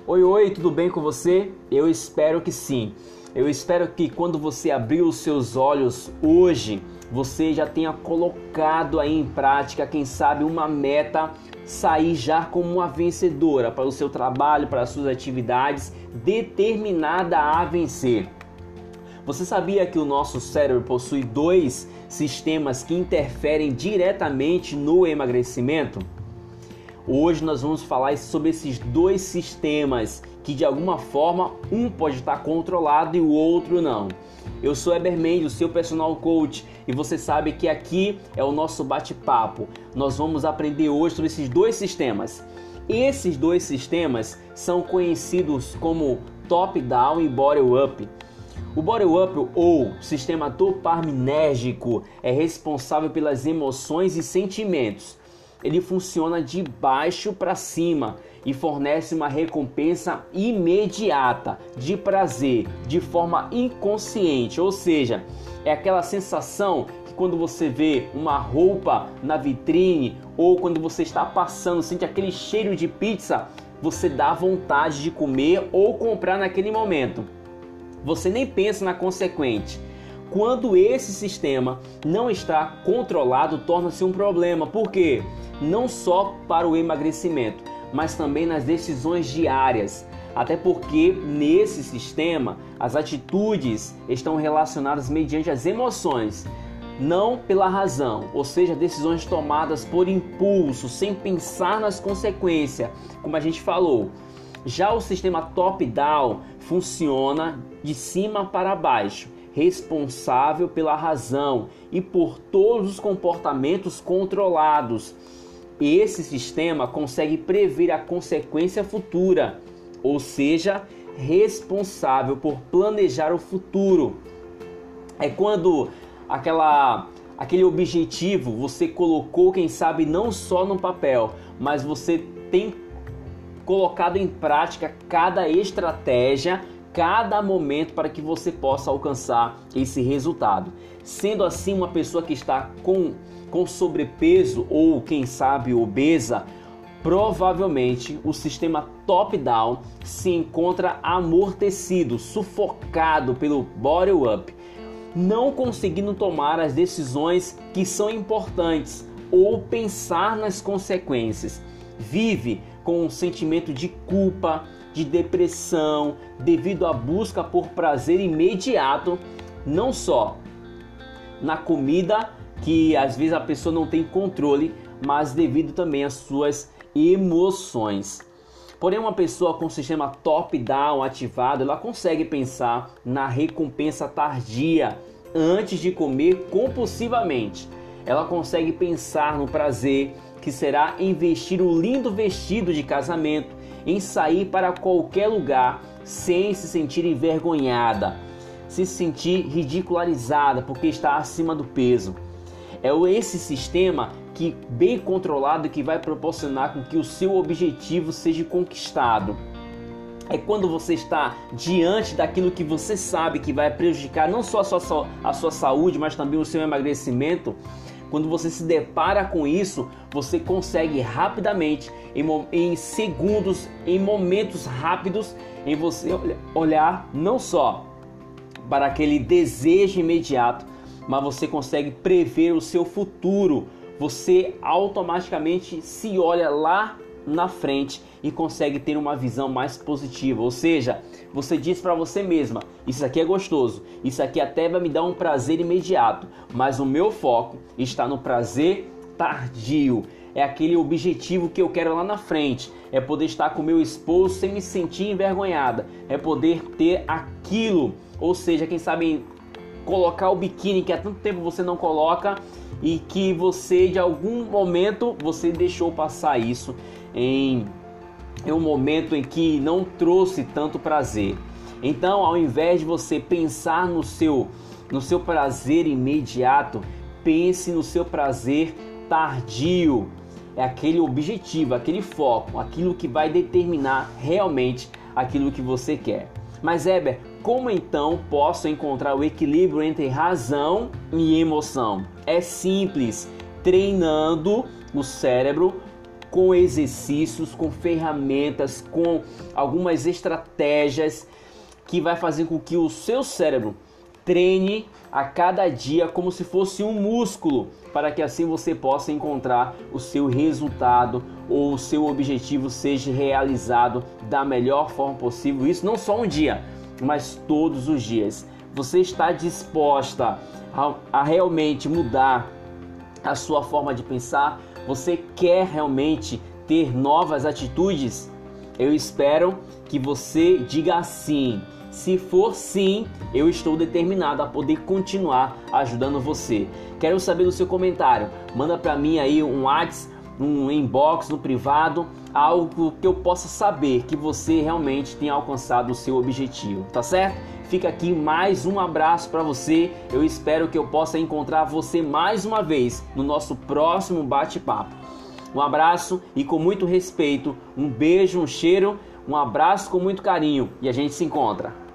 Oi, oi, tudo bem com você? Eu espero que sim. Eu espero que quando você abrir os seus olhos hoje, você já tenha colocado aí em prática, quem sabe, uma meta, sair já como uma vencedora para o seu trabalho, para as suas atividades, determinada a vencer. Você sabia que o nosso cérebro possui dois sistemas que interferem diretamente no emagrecimento? Hoje nós vamos falar sobre esses dois sistemas que de alguma forma um pode estar controlado e o outro não. Eu sou Eber Mendes, o seu personal coach, e você sabe que aqui é o nosso bate-papo. Nós vamos aprender hoje sobre esses dois sistemas. Esses dois sistemas são conhecidos como top-down e bottom-up. O bottom-up ou sistema dopaminérgico é responsável pelas emoções e sentimentos. Ele funciona de baixo para cima e fornece uma recompensa imediata, de prazer, de forma inconsciente. Ou seja, é aquela sensação que quando você vê uma roupa na vitrine ou quando você está passando, sente aquele cheiro de pizza, você dá vontade de comer ou comprar naquele momento. Você nem pensa na consequente. Quando esse sistema não está controlado, torna-se um problema. Por quê? Não só para o emagrecimento, mas também nas decisões diárias. Até porque nesse sistema as atitudes estão relacionadas mediante as emoções, não pela razão, ou seja, decisões tomadas por impulso, sem pensar nas consequências, como a gente falou. Já o sistema top-down funciona de cima para baixo, responsável pela razão e por todos os comportamentos controlados. Esse sistema consegue prever a consequência futura, ou seja, responsável por planejar o futuro. É quando aquele objetivo você colocou, quem sabe, não só no papel, mas você tem colocado em prática cada estratégia, cada momento para que você possa alcançar esse resultado. Sendo assim, uma pessoa que está com sobrepeso ou quem sabe obesa, provavelmente o sistema top-down se encontra amortecido, sufocado pelo bottom-up, não conseguindo tomar as decisões que são importantes ou pensar nas consequências. Vive com um sentimento de culpa, de depressão, devido à busca por prazer imediato, não só na comida, que às vezes a pessoa não tem controle, mas devido também às suas emoções. Porém, uma pessoa com o sistema top-down ativado, ela consegue pensar na recompensa tardia antes de comer compulsivamente. Ela consegue pensar no prazer que será em vestir o lindo vestido de casamento, em sair para qualquer lugar sem se sentir envergonhada, se sentir ridicularizada porque está acima do peso. É esse sistema que, bem controlado, que vai proporcionar com que o seu objetivo seja conquistado. É quando você está diante daquilo que você sabe que vai prejudicar não só a sua saúde, mas também o seu emagrecimento. Quando você se depara com isso, você consegue rapidamente, em segundos, em momentos rápidos, em você olhar não só para aquele desejo imediato, mas você consegue prever o seu futuro. Você automaticamente se olha lá na frente e consegue ter uma visão mais positiva. Ou seja, você diz para você mesma: isso aqui é gostoso, isso aqui até vai me dar um prazer imediato, mas o meu foco está no prazer tardio. É aquele objetivo que eu quero lá na frente, é poder estar com meu esposo sem me sentir envergonhada, é poder ter aquilo, ou seja, quem sabe colocar o biquíni que há tanto tempo você não coloca e que você de algum momento você deixou passar isso em um momento em que não trouxe tanto prazer. Então, ao invés de você pensar no seu prazer imediato, pense no seu prazer tardio. É aquele objetivo, aquele foco, aquilo que vai determinar realmente aquilo que você quer. Mas Eber, como então posso encontrar o equilíbrio entre razão e emoção? É simples, treinando o cérebro com exercícios, com ferramentas, com algumas estratégias que vai fazer com que o seu cérebro treine a cada dia como se fosse um músculo, para que assim você possa encontrar o seu resultado ou o seu objetivo seja realizado da melhor forma possível. Isso não só um dia, mas todos os dias. Você está disposta a realmente mudar a sua forma de pensar? Você quer realmente ter novas atitudes? Eu espero que você diga sim. Se for sim, eu estou determinado a poder continuar ajudando você. Quero saber do seu comentário. Manda para mim aí um WhatsApp, um inbox no privado, algo que eu possa saber que você realmente tem alcançado o seu objetivo, tá certo? Fica aqui mais um abraço para você. Eu espero que eu possa encontrar você mais uma vez no nosso próximo bate-papo. Um abraço e com muito respeito, um beijo, um cheiro, um abraço com muito carinho e a gente se encontra.